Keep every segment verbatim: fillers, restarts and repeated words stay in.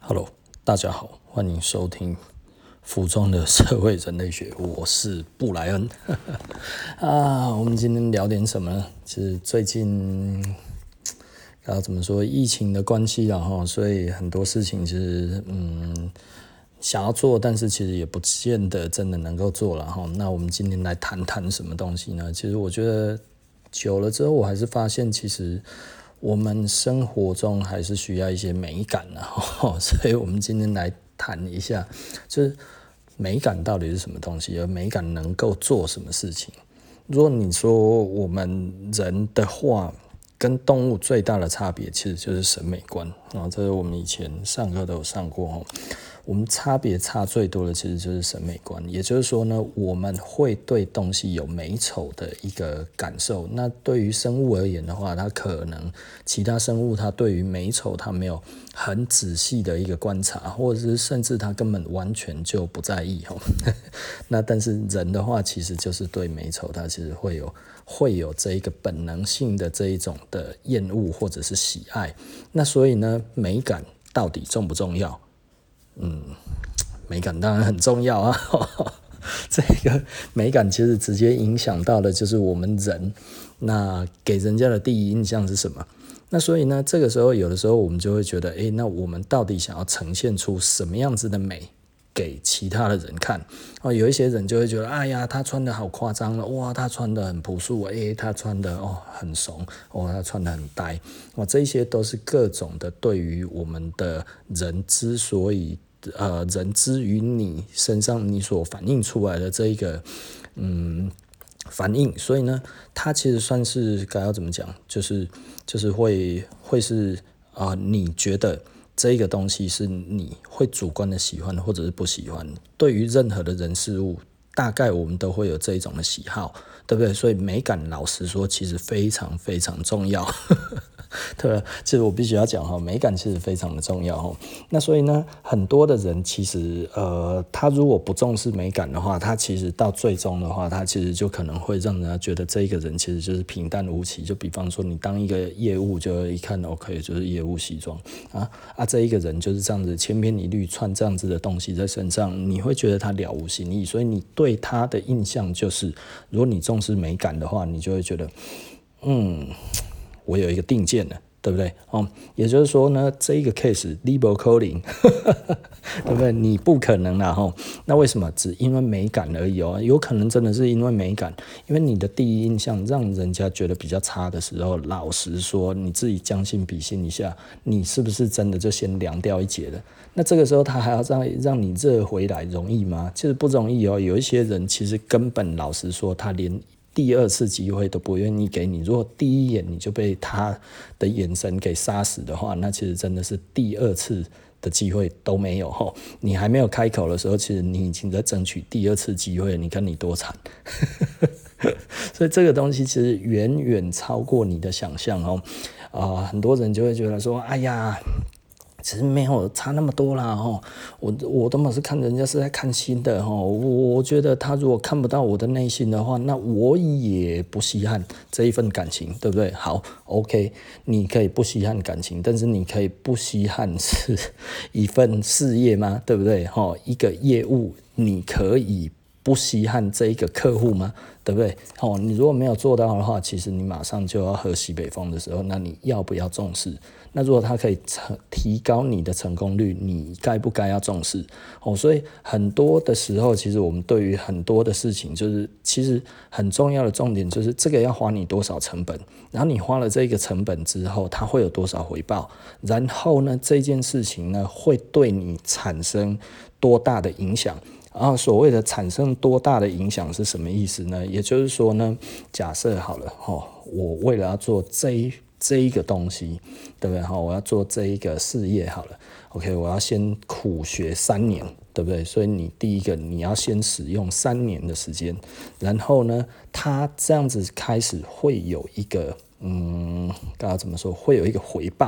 Hello，大家好，欢迎收听服装的社会人类学，我是布莱恩。啊，我们今天聊点什么呢？其实最近要怎么说，疫情的关系啦齁，所以很多事情其实嗯想要做，但是其实也不见得真的能够做了齁。那我们今天来谈谈什么东西呢？其实我觉得久了之后，我还是发现其实我们生活中还是需要一些美感的、啊、所以我们今天来谈一下，就是美感到底是什么东西，而美感能够做什么事情。如果你说我们人的话，跟动物最大的差别其实就是审美观，然后这是我们以前上课都有上过。我们差别差最多的其实就是审美观，也就是说呢，我们会对东西有美丑的一个感受。那对于生物而言的话，它可能其他生物它对于美丑它没有很仔细的一个观察，或者是甚至它根本完全就不在意那但是人的话，其实就是对美丑它其实会有会有这一个本能性的这一种的厌恶或者是喜爱。那所以呢，美感到底重不重要？嗯，美感当然很重要啊。这个美感其实直接影响到的就是我们人，那给人家的第一印象是什么？那所以呢，这个时候有的时候我们就会觉得，诶，那我们到底想要呈现出什么样子的美给其他的人看？哦，有一些人就会觉得，哎呀，他穿的好夸张了，哇，他穿的很朴素，诶，他穿的哦很怂，哦，他穿的很呆，哇，这些都是各种的对于我们的人之所以呃人之于你身上你所反映出来的这一个嗯反应，所以呢，它其实算是该要怎么讲，就是就是会会是啊、呃，你觉得这一个东西是你会主观的喜欢或者是不喜欢。对于任何的人事物，大概我们都会有这一种的喜好，对不对？所以美感老实说其实非常非常重要。对，其实我必须要讲哈，美感其实非常的重要哈。那所以呢，很多的人其实呃，他如果不重视美感的话，他其实到最终的话，他其实就可能会让人家觉得这一个人其实就是平淡无奇。就比方说，你当一个业务，就一看 OK 就是业务西装啊啊，这一个人就是这样子千篇一律穿这样子的东西在身上，你会觉得他了无新意，所以你对他的印象就是，如果你重视美感的话，你就会觉得，嗯。我有一个定见了，对不对？哦，也就是说呢，这一个 case liberal coding， 对不对？你不可能啦，吼。那为什么？只因为美感而已哦，有可能真的是因为美感，因为你的第一印象让人家觉得比较差的时候，老实说，你自己将心比心一下，你是不是真的就先凉掉一截了？那这个时候他还要让让你热回来，容易吗？其实不容易哦。有一些人其实根本老实说，他连第二次机会都不愿意给你。如果第一眼你就被他的眼神给杀死的话，那其实真的是第二次的机会都没有齁。你还没有开口的时候，其实你已经在争取第二次机会，你看你多惨。所以这个东西其实远远超过你的想象哦。啊、呃，很多人就会觉得说，哎呀。其实没有差那么多啦齁，我我都嘛是看人家是在看心的齁，我我觉得他如果看不到我的内心的话，那我也不稀罕这一份感情，对不对？好 ，OK， 你可以不稀罕感情，但是你可以不稀罕是一份事业吗？对不对？齁，一个业务你可以不稀罕这一个客户吗？对不对？哦，你如果没有做到的话，其实你马上就要喝西北风的时候，那你要不要重视？那如果它可以提高你的成功率，你该不该要重视？哦，所以很多的时候，其实我们对于很多的事情，就是其实很重要的重点就是这个要花你多少成本，然后你花了这个成本之后，它会有多少回报？然后呢，这件事情呢，会对你产生多大的影响？然后所谓的产生多大的影响是什么意思呢？也就是说呢，假设好了，哦，我为了要做这一这一个东西，对不对？我要做这一个事业好了 ，OK， 我要先苦学三年，对不对？所以你第一个你要先使用三年的时间，然后呢，它这样子开始会有一个，嗯，该怎么说？会有一个回报。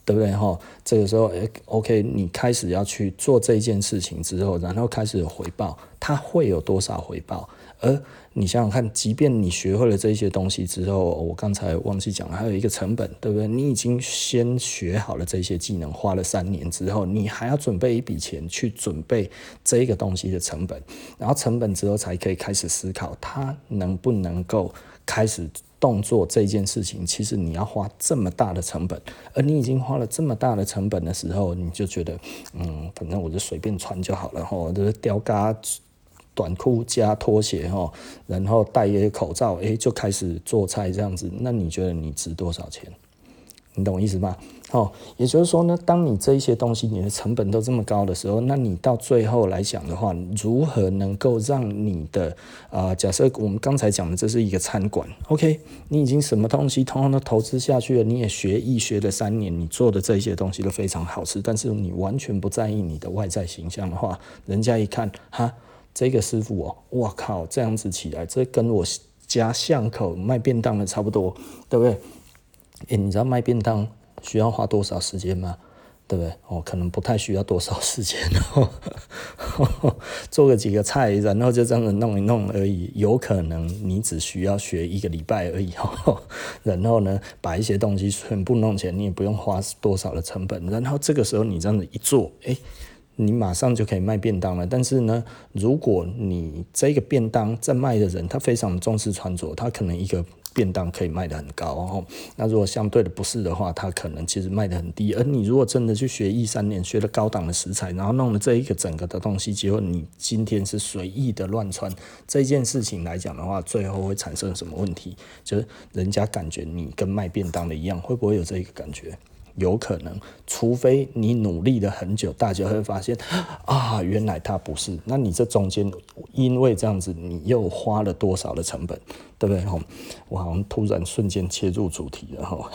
对不对哈？这个时候，哎 ，OK， 你开始要去做这件事情之后，然后开始有回报，它会有多少回报？而你想想看，即便你学会了这些东西之后，我刚才忘记讲了，还有一个成本，对不对？你已经先学好了这些技能，花了三年之后，你还要准备一笔钱去准备这一个东西的成本，然后成本之后才可以开始思考它能不能够开始动作这件事情。其实你要花这么大的成本，而你已经花了这么大的成本的时候，你就觉得，嗯，反正我就随便穿就好了，吼，就是吊嘎短裤加拖鞋，然后戴一个口罩，诶，就开始做菜这样子。那你觉得你值多少钱？你懂我意思吗？哦，也就是说呢，当你这一些东西你的成本都这么高的时候，那你到最后来讲的话，如何能够让你的啊、呃，假设我们刚才讲的这是一个餐馆 ，OK， 你已经什么东西通通都投资下去了，你也学艺学了三年，你做的这些东西都非常好吃，但是你完全不在意你的外在形象的话，人家一看，哈。这个师傅哦，哇靠，这样子起来，这跟我家巷口卖便当的差不多，对不对？诶，你知道卖便当需要花多少时间吗？对不对？哦，可能不太需要多少时间哦，做个几个菜，然后就这样子弄一弄而已。有可能你只需要学一个礼拜而已哦，然后呢，把一些东西全部弄起来，你也不用花多少的成本。然后这个时候你这样子一做，诶。你马上就可以卖便当了，但是呢，如果你这个便当在卖的人，他非常重视穿着，他可能一个便当可以卖得很高哦。那如果相对的不是的话，他可能其实卖得很低。而你如果真的去学艺三年，学了高档的食材，然后弄了这一个整个的东西，结果你今天是随意的乱穿，这件事情来讲的话，最后会产生什么问题？就是人家感觉你跟卖便当的一样，会不会有这个感觉？有可能，除非你努力了很久，大家会发现啊，原来它不是。那你这中间因为这样子，你又花了多少的成本，对不对？我好像突然瞬间切入主题了哈，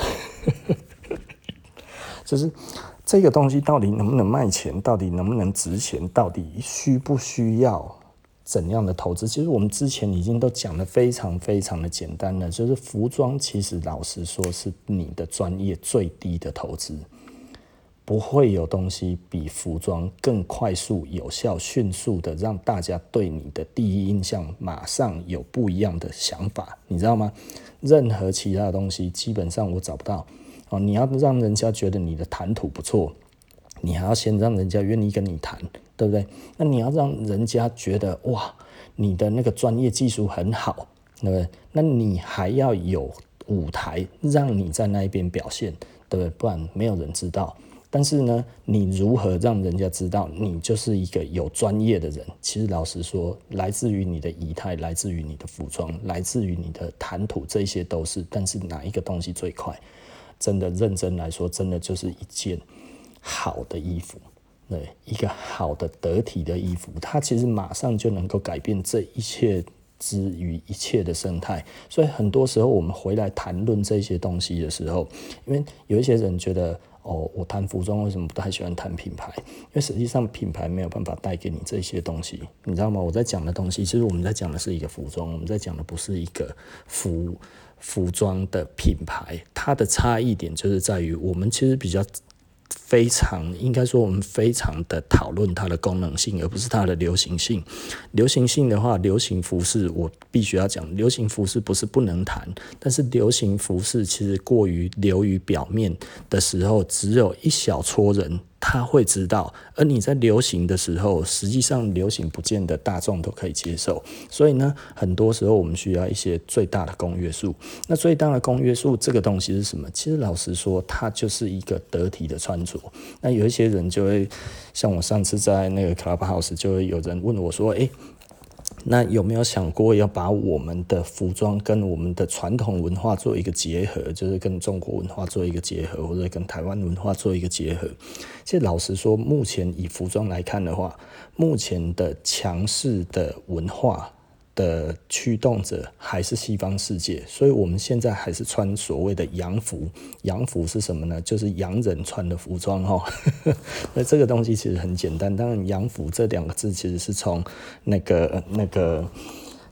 就是这个东西到底能不能卖钱，到底能不能值钱，到底需不需要怎样的投资？其实我们之前已经都讲得非常非常的简单了，就是服装其实老实说是你的专业最低的投资，不会有东西比服装更快速、有效、迅速的让大家对你的第一印象马上有不一样的想法，你知道吗？任何其他的东西基本上我找不到。哦，你要让人家觉得你的谈吐不错，你还要先让人家愿意跟你谈，对不对？那你要让人家觉得哇，你的那个专业技术很好，对不对？那你还要有舞台让你在那一边表现，对不对？不然没有人知道。但是呢，你如何让人家知道你就是一个有专业的人？其实老实说，来自于你的仪态，来自于你的服装，来自于你的谈吐，这些都是。但是哪一个东西最快？真的认真来说，真的就是一件好的衣服，对，一个好的得体的衣服，它其实马上就能够改变这一切之于一切的生态。所以很多时候我们回来谈论这些东西的时候，因为有一些人觉得哦，我谈服装为什么不太喜欢谈品牌？因为实际上品牌没有办法带给你这些东西，你知道吗？我在讲的东西，其实我们在讲的是一个服装，我们在讲的不是一个服服装的品牌。它的差异点就是在于，我们其实比较非常应该说我们非常的讨论它的功能性，而不是它的流行性。流行性的话，流行服饰我必须要讲，流行服饰不是不能谈，但是流行服饰其实过于流于表面的时候，只有一小撮人他会知道，而你在流行的时候，实际上流行不见得大众都可以接受，所以呢，很多时候我们需要一些最大的公约数。那最大的公约数这个东西是什么？其实老实说，它就是一个得体的穿着。那有一些人就会，像我上次在那个 Clubhouse 就会有人问我说，诶，那有没有想过要把我们的服装跟我们的传统文化做一个结合，就是跟中国文化做一个结合，或者跟台湾文化做一个结合？其实老实说，目前以服装来看的话，目前的强势的文化的驱动者还是西方世界，所以我们现在还是穿所谓的洋服。洋服是什么呢？就是洋人穿的服装哈。那这个东西其实很简单，当然洋服这两个字其实是从那个那个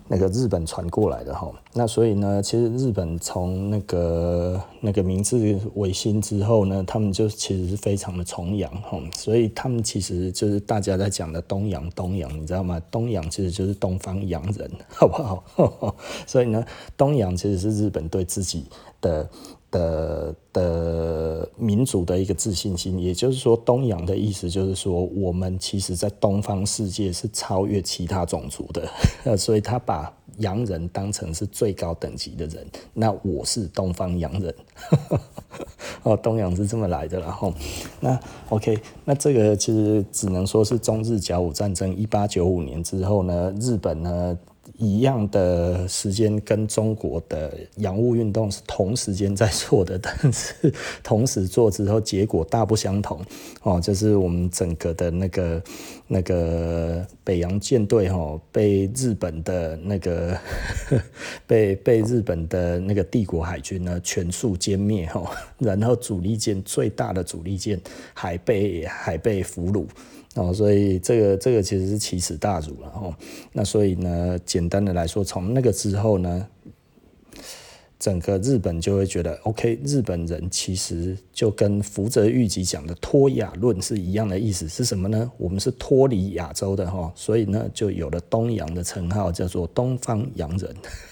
那个日本传过来的哈。那所以呢，其实日本从那个那个明治维新之后呢，他们就其实是非常的崇洋哈，所以他们其实就是大家在讲的东洋东洋，你知道吗？东洋其实就是东方洋人，好不好？所以呢，东洋其实是日本对自己的。的的民族的一个自信心，也就是说，东洋的意思就是说，我们其实在东方世界是超越其他种族的，所以他把洋人当成是最高等级的人。那我是东方洋人，哦，东洋是这么来的啦。吼，那 OK， 那这个其实只能说是中日甲午战争一八九五年之后呢，日本呢。一样的时间跟中国的洋务运动是同时间在做的，但是同时做之后结果大不相同哦，就是我们整个的那个那个北洋舰队哦，被日本的那个被被日本的那个帝国海军呢全数歼灭哦，然后主力舰最大的主力舰还被还被俘虏。哦，所以这个这个其实是奇耻大辱了哦。那所以呢，简单的来说，从那个之后呢，整个日本就会觉得 ，OK， 日本人其实就跟福泽谕吉讲的脱亚论是一样的意思，是什么呢？我们是脱离亚洲的哈，所以呢，就有了东洋的称号，叫做东方洋人。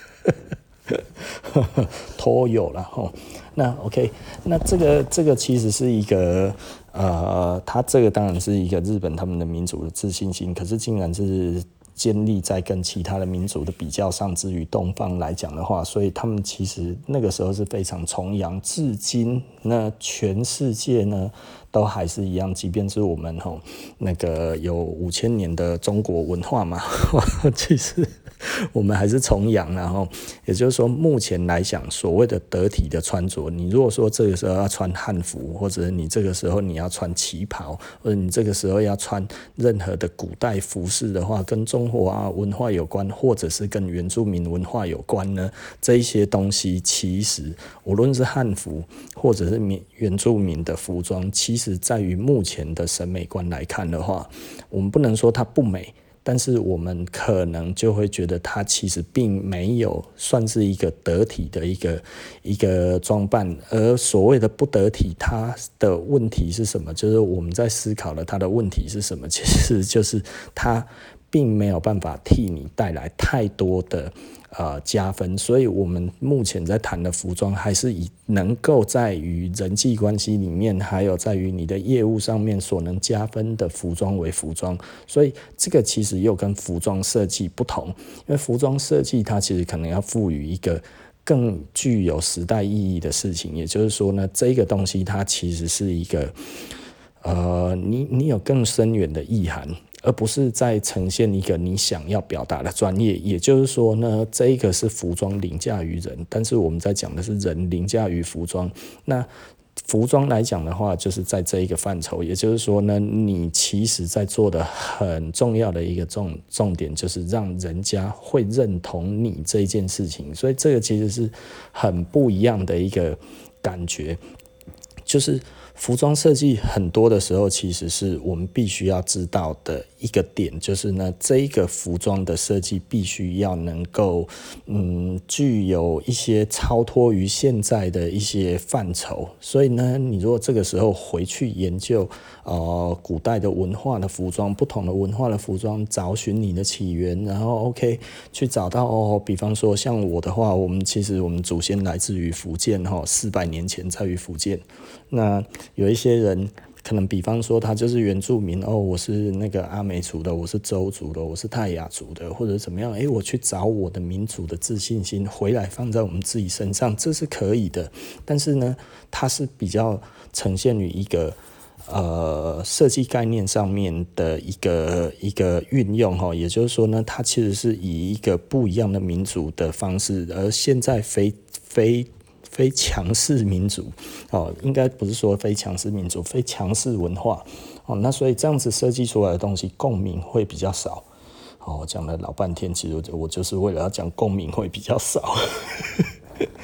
脱有了哈，那 OK， 那这个这个其实是一个呃，它这个当然是一个日本他们的民族的自信心，可是竟然是建立在跟其他的民族的比较上，至于东方来讲的话，所以他们其实那个时候是非常崇洋，至今那全世界呢都还是一样，即便是我们吼那个有五千年的中国文化嘛，其实我们还是崇洋，然后也就是说，目前来讲，所谓的得体的穿着，你如果说这个时候要穿汉服，或者你这个时候你要穿旗袍，或者你这个时候要穿任何的古代服饰的话，跟中华文化有关，或者是跟原住民文化有关呢，这一些东西其实无论是汉服或者是原住民的服装，其实在于目前的审美观来看的话，我们不能说它不美。但是我们可能就会觉得它其实并没有算是一个得体的一个一个装扮，而所谓的不得体，它的问题是什么？就是我们在思考了它的问题是什么，其实就是它并没有办法替你带来太多的呃加分，所以我们目前在谈的服装还是以能够在于人际关系里面，还有在于你的业务上面所能加分的服装为服装，所以这个其实又跟服装设计不同，因为服装设计它其实可能要赋予一个更具有时代意义的事情，也就是说呢，这个东西它其实是一个呃，你你有更深远的意涵。而不是在呈现一个你想要表达的专业，也就是说呢，这一个是服装凌驾于人，但是我们在讲的是人凌驾于服装。那服装来讲的话，就是在这一个范畴，也就是说呢，你其实在做的很重要的一个重重点，就是让人家会认同你这一件事情，所以这个其实是很不一样的一个感觉，就是。服装设计很多的时候，其实是我们必须要知道的一个点，就是呢，这一个服装的设计必须要能够，嗯，具有一些超脱于现在的一些范畴。所以呢，你如果这个时候回去研究，呃，古代的文化的服装，不同的文化的服装，找寻你的起源，然后 OK 去找到哦，比方说像我的话，我们其实我们祖先来自于福建哈，四百年前在于福建。那有一些人可能比方说他就是原住民哦，我是那个阿美族的，我是邹族的，我是泰雅族的，或者怎么样，诶，我去找我的民族的自信心回来放在我们自己身上，这是可以的。但是呢，它是比较呈现于一个呃设计概念上面的一个一个运用哈，也就是说呢，它其实是以一个不一样的民族的方式，而现在非非。非强势民族哦，应该不是说非强势民族，非强势文化哦，那所以这样子设计出来的东西共鸣会比较少哦。我讲了老半天，其实我就是为了要讲共鸣会比较少。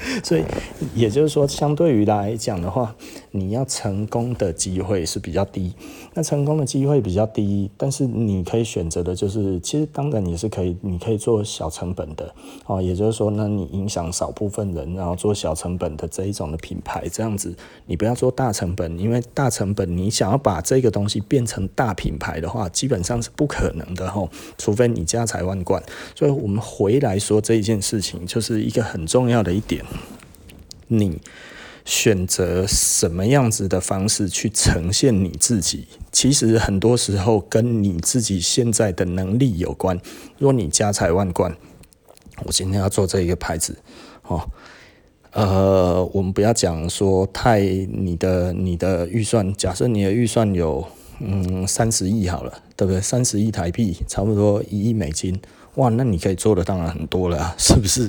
所以也就是说，相对于来讲的话，你要成功的机会是比较低。那成功的机会比较低，但是你可以选择的就是，其实当然也是可以，你可以做小成本的哦，也就是说呢，你影响少部分人，然后做小成本的这一种的品牌，这样子，你不要做大成本，因为大成本你想要把这个东西变成大品牌的话，基本上是不可能的哦，除非你家财万贯。所以我们回来说这一件事情，就是一个很重要的一点，你选择什么样子的方式去呈现你自己，其实很多时候跟你自己现在的能力有关。如果你家财万贯，我今天要做这一个牌子，哦，呃，我们不要讲说太你的你的预算，假设你的预算有嗯三十亿好了，对不对？三十亿台币，差不多一亿美金。哇，那你可以做的当然很多了啊，是不是？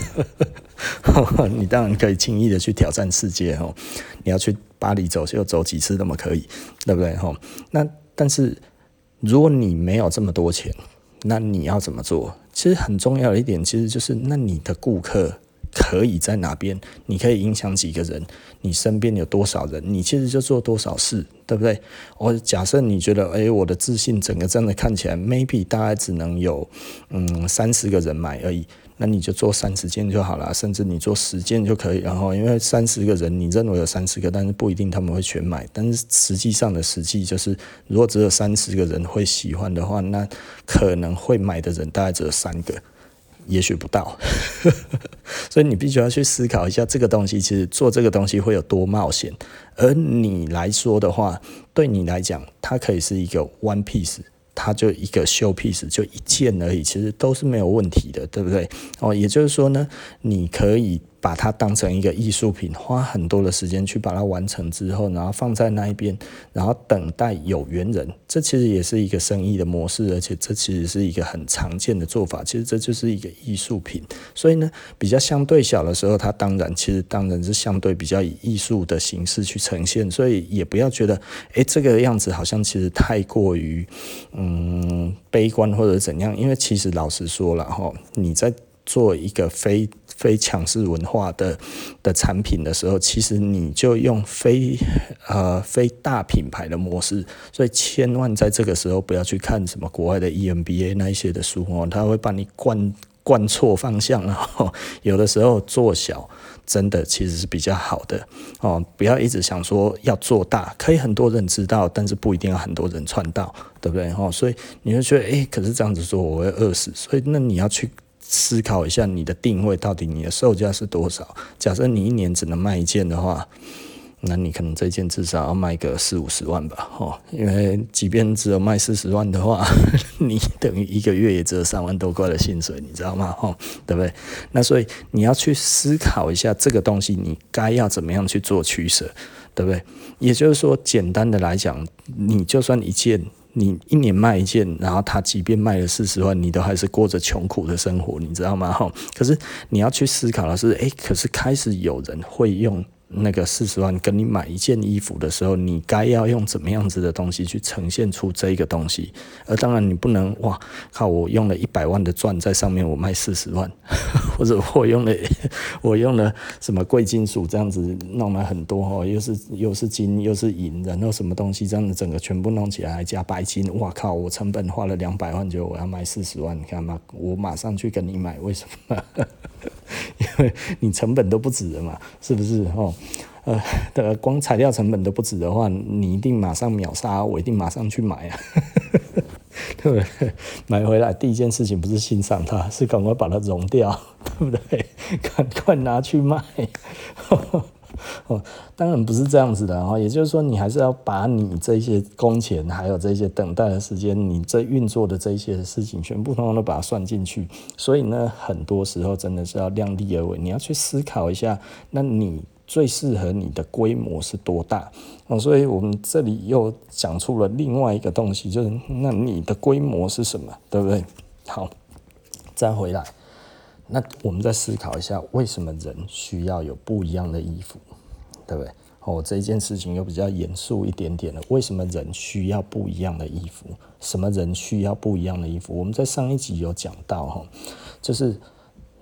你当然可以轻易的去挑战世界哦，你要去巴黎走秀走几次都么可以，对不对？那但是如果你没有这么多钱，那你要怎么做？其实很重要的一点，其实就是那你的顾客可以在哪边？你可以影响几个人？你身边有多少人？你其实就做多少事，对不对？我假设你觉得，哎，我的自信整个真的看起来 ，maybe 大概只能有嗯三十个人买而已，那你就做三十件就好了，甚至你做十件就可以。然后，因为三十个人，你认为有三十个，但是不一定他们会全买。但是实际上的实际就是，如果只有三十个人会喜欢的话，那可能会买的人大概只有三个。也许不到所以你必须要去思考一下这个东西，其实做这个东西会有多冒险。而你来说的话，对你来讲它可以是一个 one piece， 它就一个 show piece， 就一件而已，其实都是没有问题的，对不对？哦，也就是说呢，你可以把它当成一个艺术品，花很多的时间去把它完成之后，然后放在那一边，然后等待有缘人。这其实也是一个生意的模式，而且这其实是一个很常见的做法。其实这就是一个艺术品。所以呢，比较相对小的时候，它当然其实当然是相对比较以艺术的形式去呈现。所以也不要觉得，哎，这个样子好像其实太过于嗯悲观或者怎样。因为其实老实说了哈，你在做一个非非强势文化的的产品的时候，其实你就用非呃非大品牌的模式，所以千万在这个时候不要去看什么国外的 E M B A 那一些的书哦，它会把你灌灌错方向了哦。有的时候做小真的其实是比较好的哦，不要一直想说要做大，可以很多人知道，但是不一定要很多人赚到，对不对哦？所以你会觉得，哎，可是这样子做我会饿死，所以那你要去思考一下你的定位，到底你的售价是多少？假设你一年只能卖一件的话，那你可能这件至少要卖个四五十万吧，哦，因为即便只有卖四十万的话，你等于一个月也只有三万多块的薪水，你知道吗？哦，对不对？那所以你要去思考一下这个东西，你该要怎么样去做取舍，对不对？也就是说，简单的来讲，你就算一件。你一年卖一件，然后他即便卖了四十万，你都还是过着穷苦的生活，你知道吗？可是你要去思考的是，哎，可是开始有人会用那个四十万跟你买一件衣服的时候，你该要用怎么样子的东西去呈现出这一个东西？而当然你不能哇靠，我用了一百万的钻在上面，我卖四十万，或者我用了我用了什么贵金属这样子弄了很多哦，又是又是金又是银，然后什么东西这样子整个全部弄起来还加白金，哇靠，我成本花了两百万，就我要卖四十万，你看嘛，我马上去跟你买，为什么？因为你成本都不止了嘛，是不是哦？呃，的光材料成本都不止的话，你一定马上秒杀，我一定马上去买啊，对不对？买回来第一件事情不是欣赏它，是赶快把它熔掉，对不对？赶快拿去卖。哦，当然不是这样子的哦，也就是说，你还是要把你这些工钱，还有这些等待的时间，你这运作的这些事情，全部通通都把它算进去。所以呢，很多时候真的是要量力而为，你要去思考一下，那你最适合你的规模是多大哦？所以我们这里又讲出了另外一个东西，就是那你的规模是什么，对不对？好，再回来。那我们再思考一下，为什么人需要有不一样的衣服，对不对？哦，这一件事情又比较严肃一点点了。为什么人需要不一样的衣服？什么人需要不一样的衣服？我们在上一集有讲到哈，就是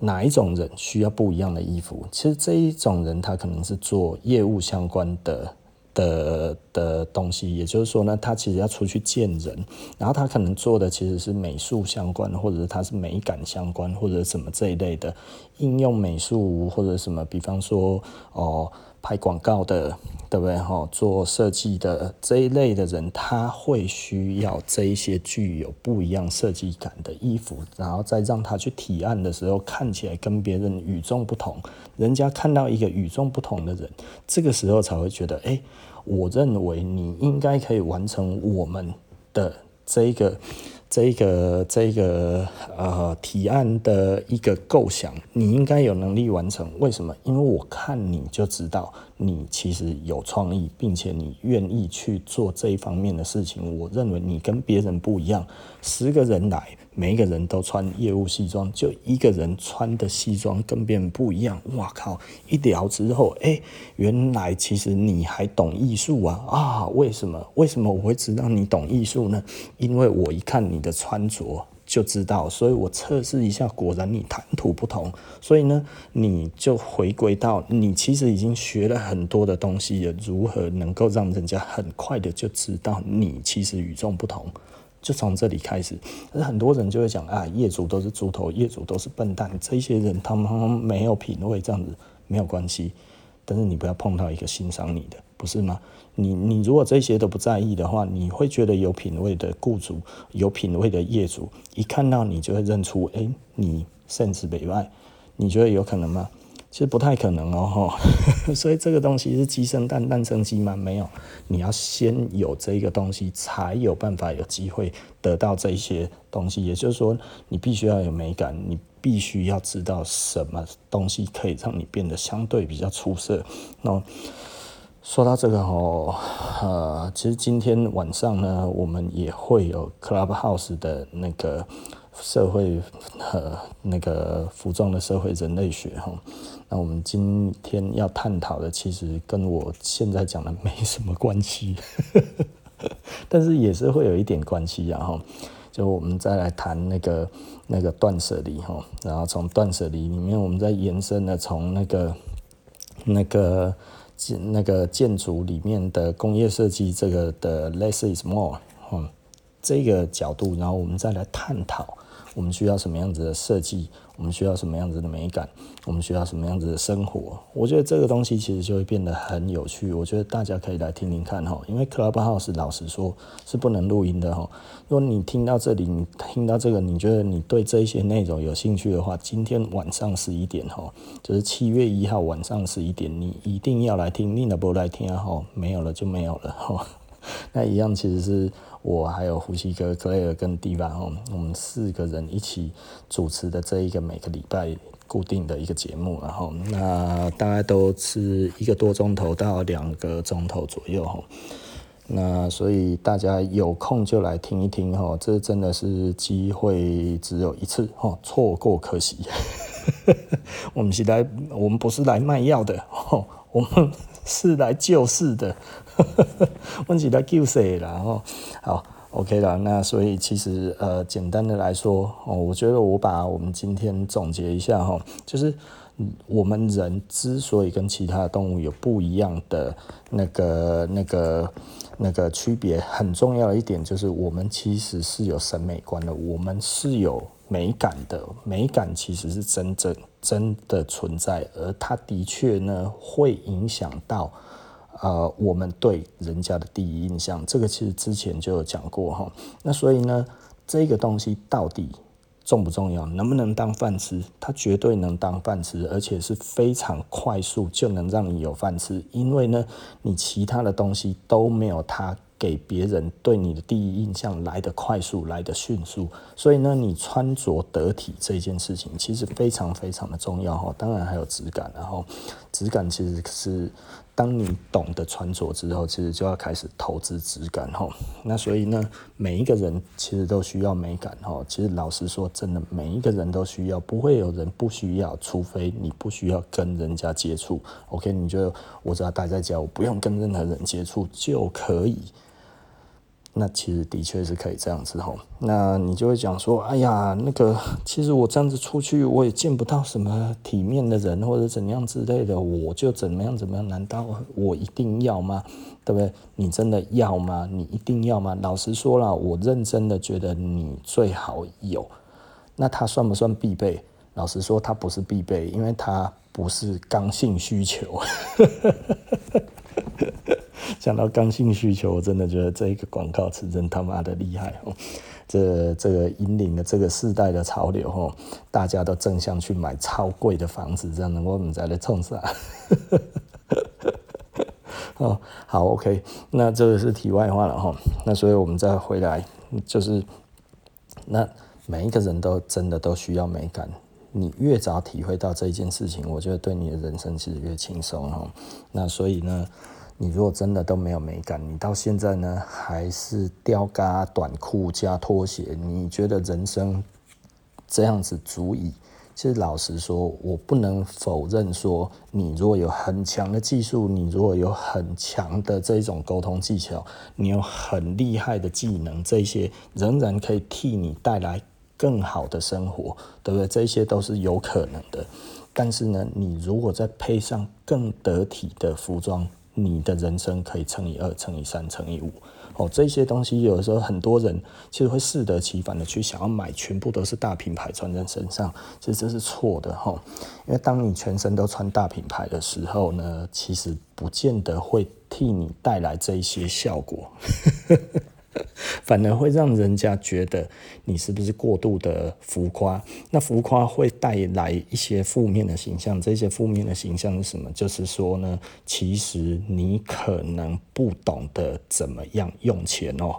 哪一种人需要不一样的衣服？其实这一种人他可能是做业务相关的的的东西，也就是说呢，他其实要出去见人，然后他可能做的其实是美术相关，或者是他是美感相关，或者什么这一类的应用美术，或者什么，比方说哦拍广告的，对不对？哈，做设计的这一类的人，他会需要这一些具有不一样设计感的衣服，然后再让他去提案的时候看起来跟别人与众不同。人家看到一个与众不同的人，这个时候才会觉得，哎，我认为你应该可以完成我们的这一个。这个这个呃提案的一个构想，你应该有能力完成。为什么？因为我看你就知道你其实有创意，并且你愿意去做这一方面的事情。我认为你跟别人不一样。十个人来，每一个人都穿业务西装，就一个人穿的西装跟别人不一样。哇靠！一聊之后，哎，原来其实你还懂艺术啊！啊，为什么？为什么我会知道你懂艺术呢？因为我一看你的穿着就知道，所以我测试一下，果然你谈吐不同，所以呢，你就回归到你其实已经学了很多的东西了，如何能够让人家很快的就知道你其实与众不同，就从这里开始。可是很多人就会讲啊，业主都是猪头，业主都是笨蛋，这些人他们没有品味，这样子没有关系，但是你不要碰到一个欣赏你的，不是吗？你你如果这些都不在意的话，你会觉得有品味的雇主、有品味的业主，一看到你就会认出，哎，你甚至北外，你觉得有可能吗？其实不太可能哦，所以这个东西是鸡生蛋，蛋生鸡吗？没有，你要先有这个东西，才有办法有机会得到这些东西。也就是说，你必须要有美感，你必须要知道什么东西可以让你变得相对比较出色。那说到这个哦，呃，其实今天晚上呢，我们也会有 Clubhouse 的那个社会呃那个服装的社会人类学哈。那我们今天要探讨的，其实跟我现在讲的没什么关系，但是也是会有一点关系啊哈。就我们再来谈那个那个断舍离哈，然后从断舍离里面，我们再延伸的从那个那个。那个建筑里面的工业设计这个的 less is more，嗯，这个角度，然后我们再来探讨我们需要什么样子的设计，我们需要什么样子的美感，我们需要什么样子的生活。我觉得这个东西其实就会变得很有趣，我觉得大家可以来听听看哈，因为 Clubhouse 老实说是不能录音的哈。如果你听到这里，你听到这个，你觉得你对这一些内容有兴趣的话，今天晚上十一点哈，就是七月一号晚上十一点，你一定要来听，你若不来听哈，没有了就没有了哈。那一样其实是我还有呼吸哥、Claire 跟 Diva 哈，我们四个人一起主持的这一个每个礼拜固定的一个节目，然后那大概都是一个多钟头到两个钟头左右哈。那所以大家有空就来听一听哈，这真的是机会只有一次哈，错过可惜。我们是来，我们不是来卖药的，我们是来救世的。我们是来救世啦哈。好 ，OK 啦。那所以其实呃，简单的来说哦，我觉得我把我们今天总结一下哈，就是我们人之所以跟其他的动物有不一样的那个那个。那个区别很重要的一点就是，我们其实是有审美观的，我们是有美感的，美感其实是真正真的存在，而它的确呢会影响到呃我们对人家的第一印象，这个其实之前就有讲过哈。那所以呢，这个东西到底重不重要？能不能当饭吃？它绝对能当饭吃，而且是非常快速就能让你有饭吃。因为呢，你其他的东西都没有它给别人对你的第一印象来得快速，来得迅速。所以呢，你穿着得体这件事情其实非常非常的重要哈。当然还有质感，然后质感其实是。当你懂得穿着之后，其实就要开始投资质感哈。那所以呢，每一个人其实都需要美感哈。其实老实说，真的每一个人都需要，不会有人不需要，除非你不需要跟人家接触。OK， 你觉得我只要待在家，我不用跟任何人接触就可以那其实的确是可以这样子吼。那你就会讲说，哎呀，那个其实我这样子出去，我也见不到什么体面的人或者怎样之类的，我就怎么样怎么样？难道我一定要吗？对不对？你真的要吗？你一定要吗？老实说啦，我认真的觉得你最好有。那它算不算必备？老实说，它不是必备，因为它不是刚性需求。讲到刚性需求，我真的觉得这一个广告词真他妈的厉害哦！这这个引领了这个世代的潮流哦，大家都争相去买超贵的房子，这样能我们在来冲啥？哦，好 ，OK， 那这个是题外话了哈。那所以我们再回来，就是那每一个人都真的都需要美感。你越早体会到这一件事情，我觉得对你的人生其实越轻松哈。那所以呢，你如果真的都没有美感，你到现在呢还是吊嘎短裤加拖鞋，你觉得人生这样子足以？其实老实说，我不能否认说，你如果有很强的技术，你如果有很强的这种沟通技巧，你有很厉害的技能，这些仍然可以替你带来更好的生活，对不对？这些都是有可能的。但是呢，你如果再配上更得体的服装，你的人生可以乘以二、乘以三、乘以五。哦，这些东西有的时候很多人其实会适得其反的去想要买全部都是大品牌穿在身上，其实这是错的哈。因为当你全身都穿大品牌的时候呢，其实不见得会替你带来这一些效果。反而会让人家觉得你是不是过度的浮夸，那浮夸会带来一些负面的形象，这些负面的形象是什么？就是说呢，其实你可能不懂得怎么样用钱哦。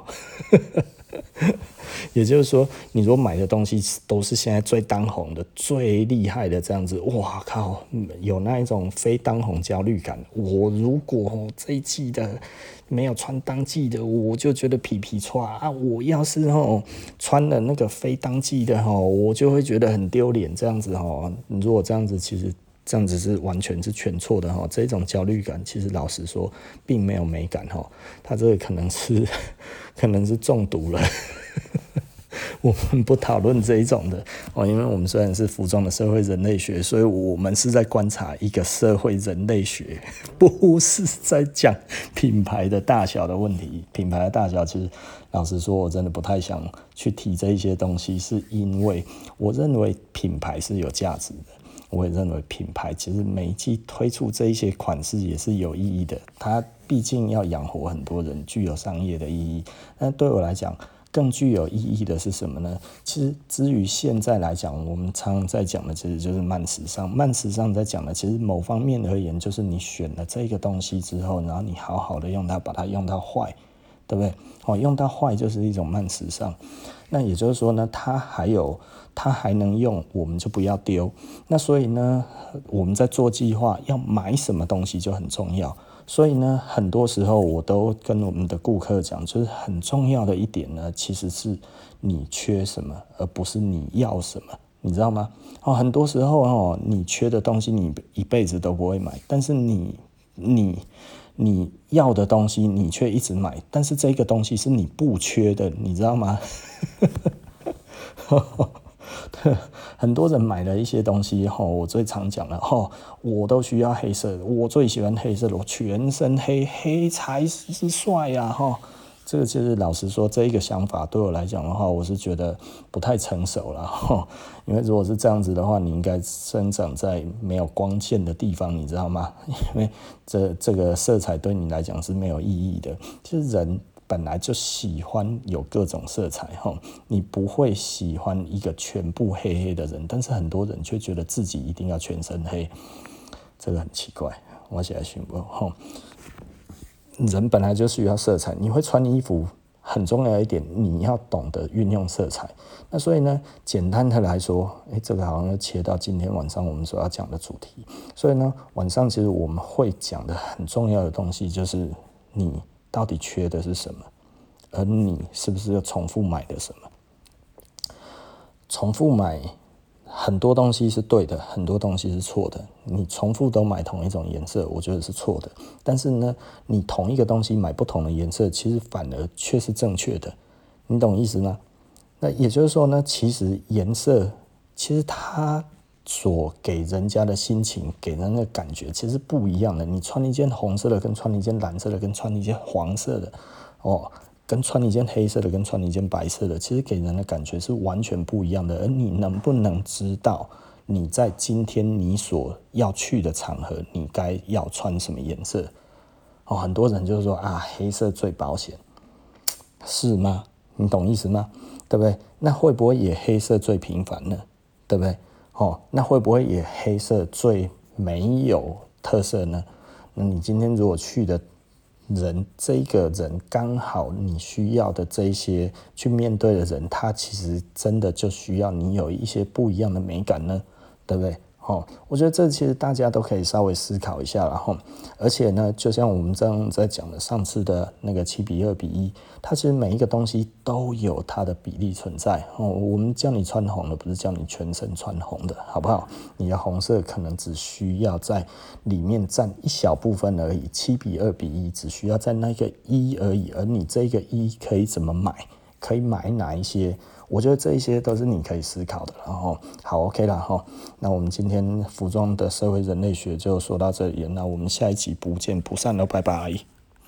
也就是说，你如果买的东西都是现在最当红的、最厉害的这样子，哇靠，有那一种非当红焦虑感。我如果这一季的没有穿当季的，我就觉得皮皮唰啊！我要是哦穿了那个非当季的哦，我就会觉得很丢脸。这样子哦，如果这样子，其实这样子是完全是全错的哈。这种焦虑感，其实老实说，并没有美感哈。它这个可能是可能是中毒了。我们不讨论这一种的哦，因为我们虽然是服装的社会人类学，所以我们是在观察一个社会人类学，不是在讲品牌的大小的问题。品牌的大小，其实老实说，我真的不太想去提这一些东西，是因为我认为品牌是有价值的。我也认为品牌其实每一季推出这一些款式也是有意义的，它毕竟要养活很多人，具有商业的意义。但对我来讲，更具有意义的是什么呢？其实至于现在来讲，我们常常在讲的其实就是慢时尚。慢时尚在讲的其实某方面而言，就是你选了这个东西之后，然后你好好的用它，把它用到坏，对不对？哦，用到坏就是一种慢时尚。那也就是说呢，它还有它还能用，我们就不要丢。那所以呢，我们在做计划要买什么东西就很重要。所以呢，很多时候我都跟我们的顾客讲，就是很重要的一点呢，其实是你缺什么，而不是你要什么，你知道吗？哦，很多时候哦，你缺的东西你一辈子都不会买，但是你你你要的东西你却一直买，但是这个东西是你不缺的，你知道吗？很多人买了一些东西，我最常讲了，我都需要黑色的，我最喜欢黑色的，我全身黑，黑才是帅呀！这个其实老实说，这一个想法对我来讲的话，我是觉得不太成熟了。因为如果是这样子的话，你应该生长在没有光线的地方，你知道吗？因为这这个色彩对你来讲是没有意义的。其实人本来就喜欢有各种色彩，你不会喜欢一个全部黑黑的人，但是很多人却觉得自己一定要全身黑，这个很奇怪。我现在询问，人本来就需要色彩，你会穿衣服很重要一点，你要懂得运用色彩。那所以呢，简单的来说，诶，这个好像要切到今天晚上我们所要讲的主题。所以呢，晚上其实我们会讲的很重要的东西就是你到底缺的是什么，而你是不是又重复买的什么？重复买很多东西是对的，很多东西是错的。你重复都买同一种颜色，我觉得是错的。但是呢，你同一个东西买不同的颜色，其实反而却是正确的。你懂意思吗？那也就是说呢，其实颜色，其实它所给人家的心情、给人的感觉其实不一样的。你穿一件红色的，跟穿一件蓝色的，跟穿一件黄色的，哦。跟穿一件黑色的跟穿一件白色的，其实给人的感觉是完全不一样的。而你能不能知道你在今天你所要去的场合，你该要穿什么颜色？哦，很多人就是说啊，黑色最保险，是吗？你懂意思吗？对不对？那会不会也黑色最平凡呢？对不对？哦，那会不会也黑色最没有特色呢？那你今天如果去的人，这一个人刚好你需要的这一些去面对的人，他其实真的就需要你有一些不一样的美感呢，对不对？哦，我觉得这其实大家都可以稍微思考一下，然后，而且呢，就像我们这样在讲的上次的那个七比二比一，它其实每一个东西都有它的比例存在哦。我们叫你穿红的，不是叫你全身穿红的，好不好？你的红色可能只需要在里面占一小部分而已，七比二比一只需要在那个一而已，而你这个一可以怎么买？可以买哪一些？我觉得这一些都是你可以思考的。然后好 OK 了哈，那我们今天服装的社会人类学就说到这里，那我们下一集不见不散了，拜拜。